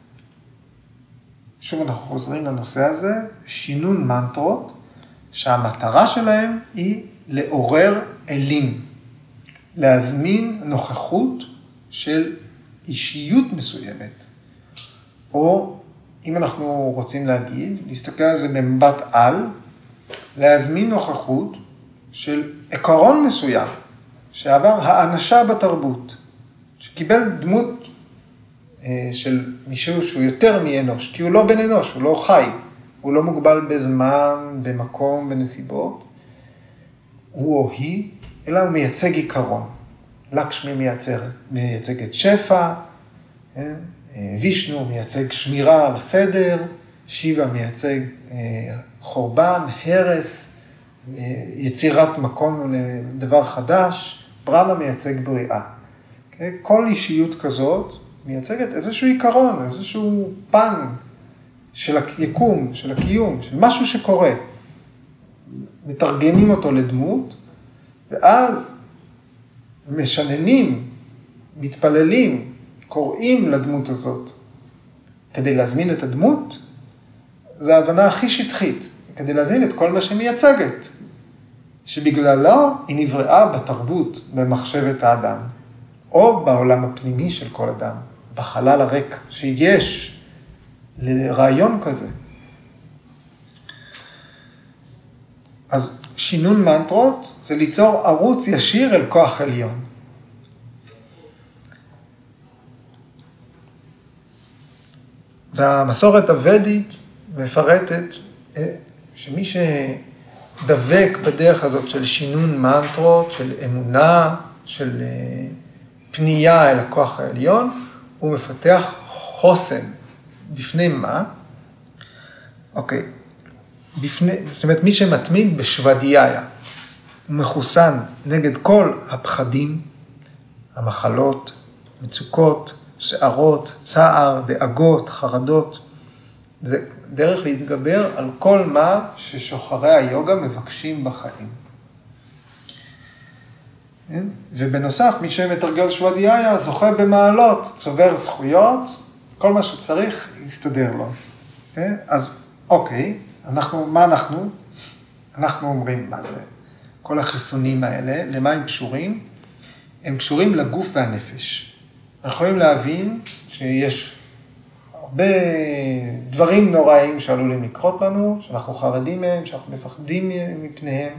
A: שוב אנחנו חוזרים לנושא הזה, שינון מנטרות, שהמטרה שלהם היא לעורר אלים, להזמין נוכחות של אישיות מסוימת, או אם אנחנו רוצים להגיד, להסתכל על זה במבט על, להזמין נוכחות של עקרון מסוים, שעבר האנשה בתרבות, שקיבל דמות של מישהו שהוא יותר מאנוש, כי הוא לא בן אנוש, הוא לא חי, הוא לא מוגבל בזמן, במקום, בנסיבות, הוא או היא, אלא הוא מייצג עיקרון. לקשמי מייצגת, מייצגת שפע, וישנו מייצג שמירה על הסדר, שיבה מייצג חורבן, הרס, יצירת מקום לדבר חדש, ברמה מייצג בריאה. כל אישיות כזאת מייצגת איזשהו עיקרון, איזשהו פן של היקום, של הקיום, של משהו שקורה. מתרגמים אותו לדמות, ואז משננים, מתפללים, קוראים לדמות הזאת. כדי להזמין את הדמות, זו ההבנה הכי שטחית, כדי להזמין את כל מה שמייצגת, שבגללו היא נבראה בתרבות, במחשבת האדם, או בעולם הפנימי של כל אדם, בחלל הריק שיש לרעיון כזה. אז שינון מנטרות זה ליצור ערוץ ישיר אל כוח עליון. והמסורת הוודית מפרטת שמי שדבק בדרך הזאת של שינון מנטרות, של אמונה, של פנייה אל הכוח העליון, הוא מפתח חוסן. בפני מה? אוקיי. בפני, זאת אומרת, מי שמתמיד בשוודיה, הוא מחוסן נגד כל הפחדים, המחלות, מצוקות, שערות, צער, דאגות, חרדות. זה דרך להתגבר על כל מה ששוחרי היוגה מבקשים בחיים. ובנוסף, מי שמתרגל שוודיה זוכה במעלות, צובר זכויות, כל מה שצריך יסתדר לו. אז אוקיי, אנחנו, מה אנחנו? אנחנו אומרים מה זה? כל החיסונים האלה, למה הם קשורים? הם קשורים לגוף והנפש. אנחנו יכולים להבין שיש הרבה דברים נוראים שעלולים לקרות לנו, שאנחנו חרדים מהם, שאנחנו מפחדים מפניהם,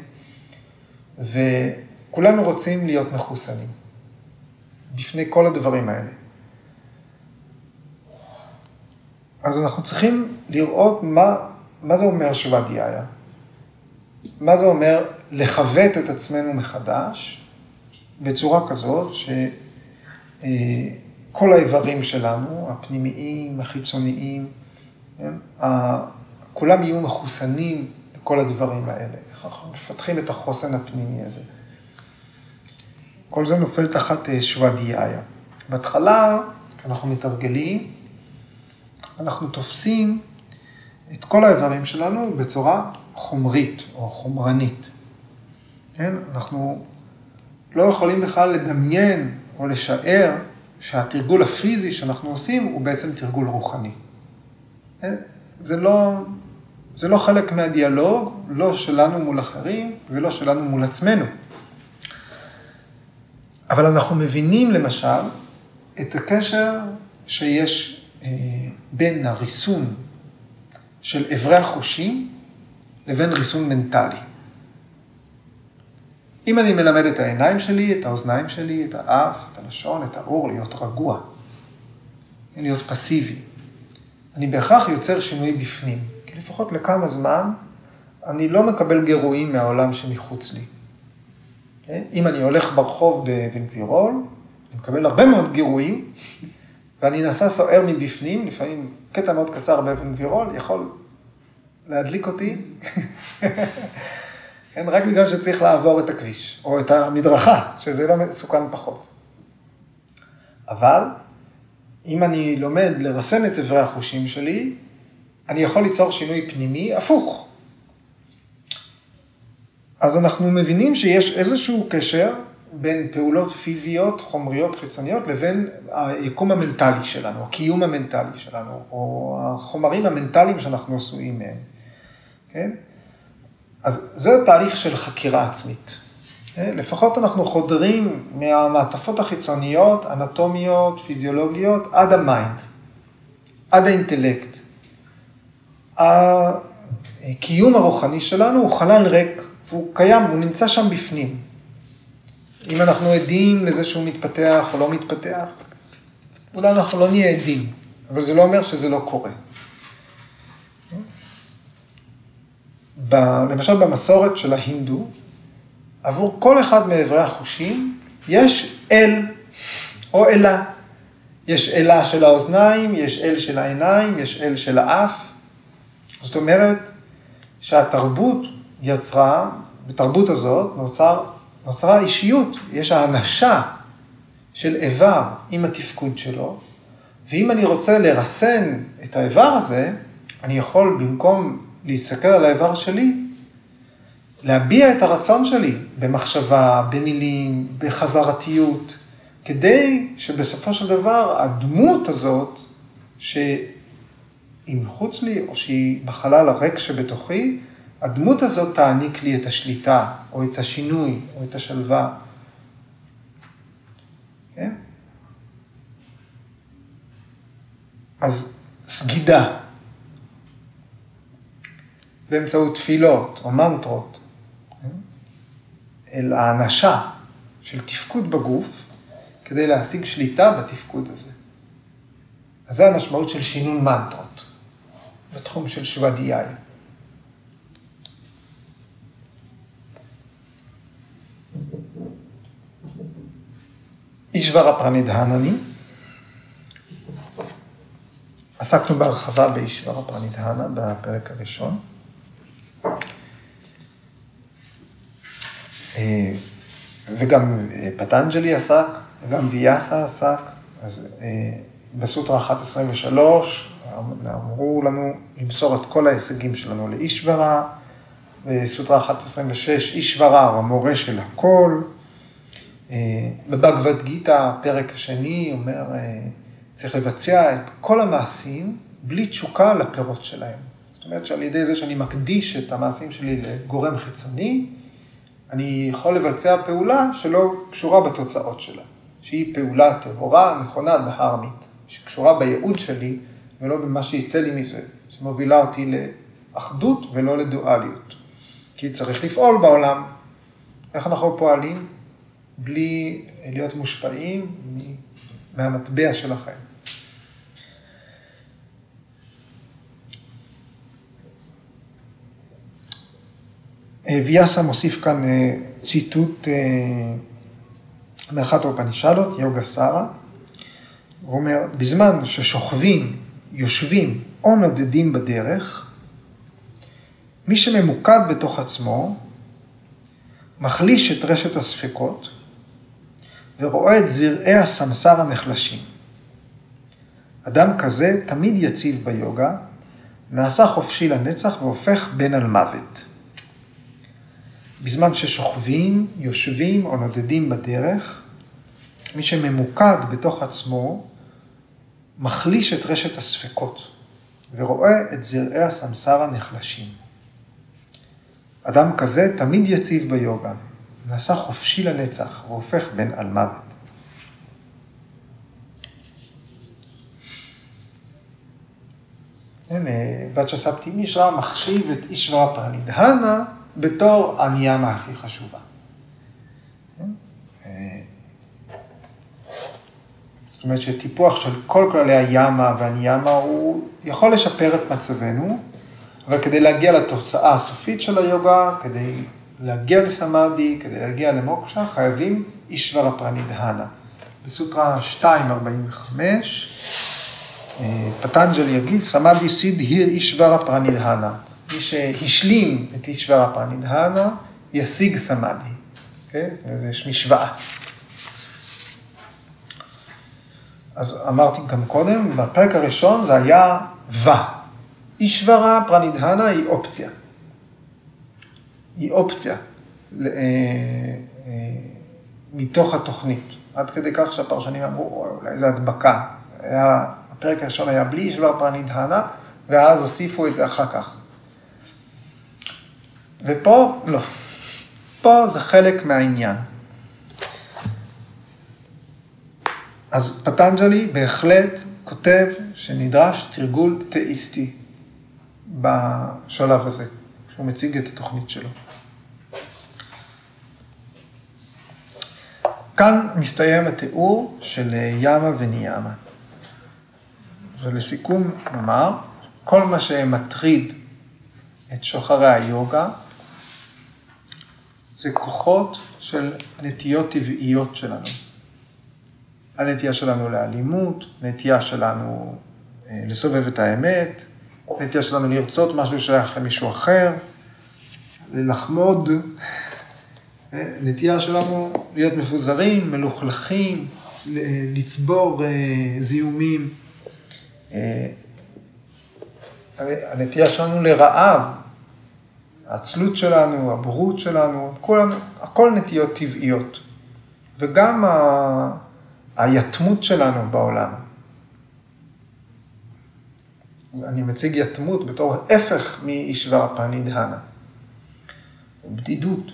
A: וכולנו רוצים להיות מחוסנים בפני כל הדברים האלה. אז אנחנו צריכים לראות מה, מה זה אומר שוודיה. מה זה אומר לחוות את עצמנו מחדש, בצורה כזאת כל האיברים שלנו, הפנימיים, החיצוניים, כן? כולם יהיו מחוסנים לכל הדברים האלה. אנחנו מפתחים את החוסן הפנימי הזה. כל זה נופל תחת שוואדיהיה. בהתחלה, אנחנו מתרגלים, אנחנו תופסים את כל האיברים שלנו בצורה חומרית או חומרנית. כן? אנחנו לא יכולים בכלל לדמיין או לשער שהתרגול הפיזי שאנחנו עושים הוא בעצם תרגול רוחני. כן? זה לא, זה לא חלק מהדיאלוג, לא שלנו מול אחרים ולא שלנו מול עצמנו. אבל אנחנו מבינים למשל את הקשר שיש אה, בין הריסון של עברי החושים לבין ריסון מנטלי. אם אני מלמד את העיניים שלי, את האוזניים שלי, את האף, את הלשון, את האור, להיות רגוע, להיות פסיבי, אני בהכרח יוצר שינוי בפנים, כי לפחות לכמה זמן אני לא מקבל גירויים מהעולם שמחוץ לי. אם אני הולך ברחוב באבן גבירול, אני מקבל הרבה מאוד גירויים, ואני נסע סוער מבפנים, לפעמים קטע מאוד קצר באבן גבירול, יכול להדליק אותי, כן, רק בגלל שצריך לעבור את הכביש, או את המדרכה, שזה לא מסוכן פחות. אבל, אם אני לומד לרסן את עברי החושים שלי, אני יכול ליצור שינוי פנימי הפוך. אז אנחנו מבינים שיש איזשהו קשר בין פעולות פיזיות, חומריות, חיצוניות, לבין היקום המנטלי שלנו, הקיום המנטלי שלנו, או החומרים המנטליים שאנחנו עשויים מהם. כן? אז זה תהליך של חקירה עצמית. לפחות אנחנו חודרים מהמעטפות החיצוניות, אנטומיות, פיזיולוגיות, עד המיינד, עד האינטלקט. הקיום הרוחני שלנו הוא חלל ריק, והוא קיים, הוא נמצא שם בפנים. אם אנחנו עדים לזה שהוא מתפתח או לא מתפתח, אולי אנחנו לא נהיה עדים, אבל זה לא אומר שזה לא קורה. ב, למשל במסורת של ההינדו, עבור כל אחד מעברי החושים, יש אל או אלה. יש אלה של האוזניים, יש אל של העיניים, יש אל של האף. זאת אומרת שהתרבות יצרה, בתרבות הזאת נוצר, נוצרה אישיות, יש האנשה של איבר עם התפקוד שלו, ואם אני רוצה לרסן את האיבר הזה, אני יכול במקום להסתכל על האיבר שלי, להביע את הרצון שלי במחשבה, במילים, בחזרתיות, כדי שבסופו של דבר הדמות הזאת, שהיא מחוץ לי או שהיא בחלל הריק שבתוכי, הדמות הזאת תעניק לי את השליטה, או את השינוי, או את השלווה. כן? אז סגידה, באמצעות תפילות או מנטרות, אל האנשה של תפקוד בגוף, כדי להשיג שליטה בתפקוד הזה. אז זה המשמעות של שינון מנטרות, בתחום של שוואדיהיה. אישברה פרנידהנני, עסקנו בהרחבה באישברה פרנידהנה בפרק הראשון. וגם פטנג'לי עסק, וגם ויאסה עסק. אז בסוטרה אחת עשרים ושלוש אמרו לנו למסור את כל ההישגים שלנו לאישברה, בסוטרה אחת עשרים ושש אישברה הוא המורה של הכל. בבגבד גיטה, הפרק השני, אומר, צריך לבצע את כל המעשים בלי תשוקה לפירות שלהם. זאת אומרת שעל ידי זה שאני מקדיש את המעשים שלי לגורם חיצוני, אני יכול לבצע פעולה שלא קשורה בתוצאות שלה, שהיא פעולה טהורה, נכונה, דהרמית, שקשורה בייעוד שלי ולא במה שיצא לי מזה, שמובילה אותי לאחדות ולא לדואליות. כי צריך לפעול בעולם. איך אנחנו פועלים? בלי להיות מושפעים מהמטבע של החיים. ויאסה מוסיף כאן ציטוט מאחת האופנישדות, יוגה סרה, הוא אומר, בזמן ששוכבים, יושבים או נודדים בדרך, מי שממוקד בתוך עצמו, מחליש את רשת הספקות, ורואה את זרעי הסמסר הנחלשים. אדם כזה תמיד יציב ביוגה, נעשה חופשי לנצח והופך בן על מוות. בזמן ששוכבים, יושבים או נודדים בדרך, מי שממוקד בתוך עצמו, מחליש את רשת הספקות, ורואה את זרעי הסמסר הנחלשים. אדם כזה תמיד יציב ביוגה, נעשה חופשי לנצח והופך בן על מוות. הנה, ואצ'ספטי מישרא מחשיב את אישברא פרנידהנה בתור הניאמה הכי חשובה. זאת אומרת שטיפוח של כל כללי היאמה והניאמה הוא יכול לשפר את מצבנו, אבל כדי להגיע לתוצאה הסופית של היוגה, כדי להגיע לסמאדי, כדי להגיע למוקשה, חייבים אישברא פרנידהנה. בסוטרה שתיים ארבעים וחמש, פטנג'לי יגיד, סמאדי סידהיר אישברא פרנידהנה. מי שהשלים את אישברא פרנידהנה, ישיג סמאדי. יש משוואה. אז אמרתי גם קודם, בפרק הראשון זה היה ו. אישברא פרנידהנה היא אופציה. היא אופציה מתוך התוכנית. עד כדי כך שהפרשנים אמרו, אולי זה הדבקה. היה, הפרק הראשון היה בלי אישברא פרנידהנה, ואז הוסיפו את זה אחר כך. ופה, לא. פה זה חלק מהעניין. אז פטנג'לי בהחלט כותב שנדרש תרגול תאיסטי בשלב הזה, שהוא מציג את התוכנית שלו. כאן מסתיים התיאור של ימה וניאמה. ולסיכום נאמר, כל מה שמטריד את שוחרי היוגה, זה כוחות של נטיות טבעיות שלנו. הנטייה שלנו לאלימות, נטייה שלנו לסובב את האמת, נטייה שלנו לרצות משהו שייך למישהו אחר, ללחמוד, נטייה שלנו להיות מפוזרים, מלוכלכים, לצבור זיהומים, הנטייה שלנו לרעב, העצלות שלנו, הבורות שלנו, הכל, הכל נטיות טבעיות, וגם ה... היתמות שלנו בעולם. אני מציג יתמות בתור הפך מאישברא פרנידהנה. בדידות.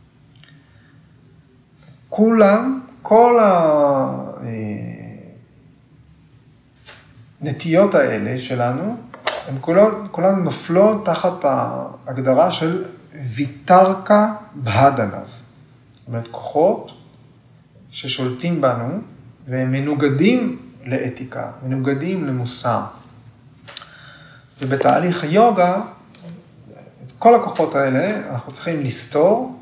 A: כולם, כל הנטיות האלה שלנו, הן כולן נופלות תחת ההגדרה של ויתרקה בהדנז. זאת אומרת, כוחות ששולטים בנו, והם מנוגדים לאתיקה, מנוגדים למוסר. ובתהליך היוגה, את כל הכוחות האלה אנחנו צריכים לסתור.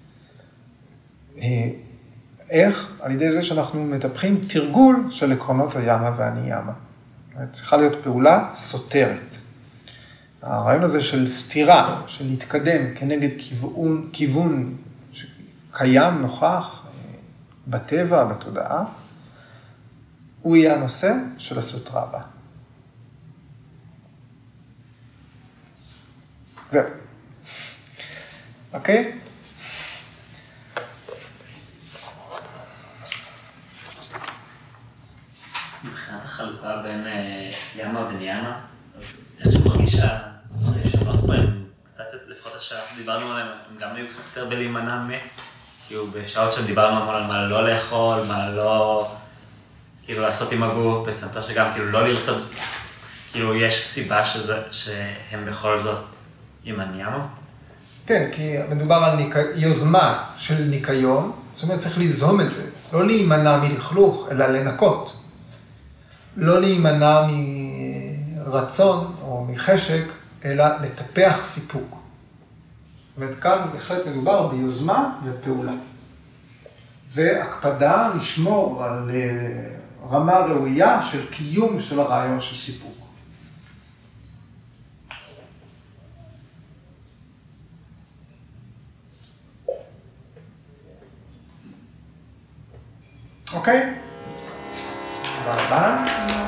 A: איך? על ידי זה שאנחנו מטפחים תרגול של עקרונות הימה והניאמה. צריכה להיות פעולה סותרת. הרעיון הזה של סתירה, של להתקדם כנגד כיוון, כיוון שקיים, נוכח, בטבע, בתודעה, הוא יהיה הנושא של הסוטרה הבאה. זהו. אוקיי?
C: מבחינת החלוקה בין ימה וניאמה, אז יש לי מרגישה, הראשונות פה הם קצת, לפחות השעה דיברנו עליהם, הם גם היו קצת יותר בלהימנע מ... כאילו בשעות שדיברנו המון על מה לא לאכול, מה לא, כאילו לעשות עם הגוף, בסנטר שגם כאילו לא לרצות, כאילו יש סיבה שזה, שהם בכל זאת עם הניאמה?
A: כן, כי מדובר על ניק... יוזמה של ניקיון, זאת אומרת צריך ליזום את זה, לא להימנע מלכלוך, אלא לנקות. לא להימנע מרצון או מחשק, אלא לטפח סיפוק. זאת אומרת, כאן בהחלט מדובר ביוזמה ופעולה. והקפדה לשמור על רמה ראויה של קיום של הרעיון של סיפוק. אוקיי? תודה רבה.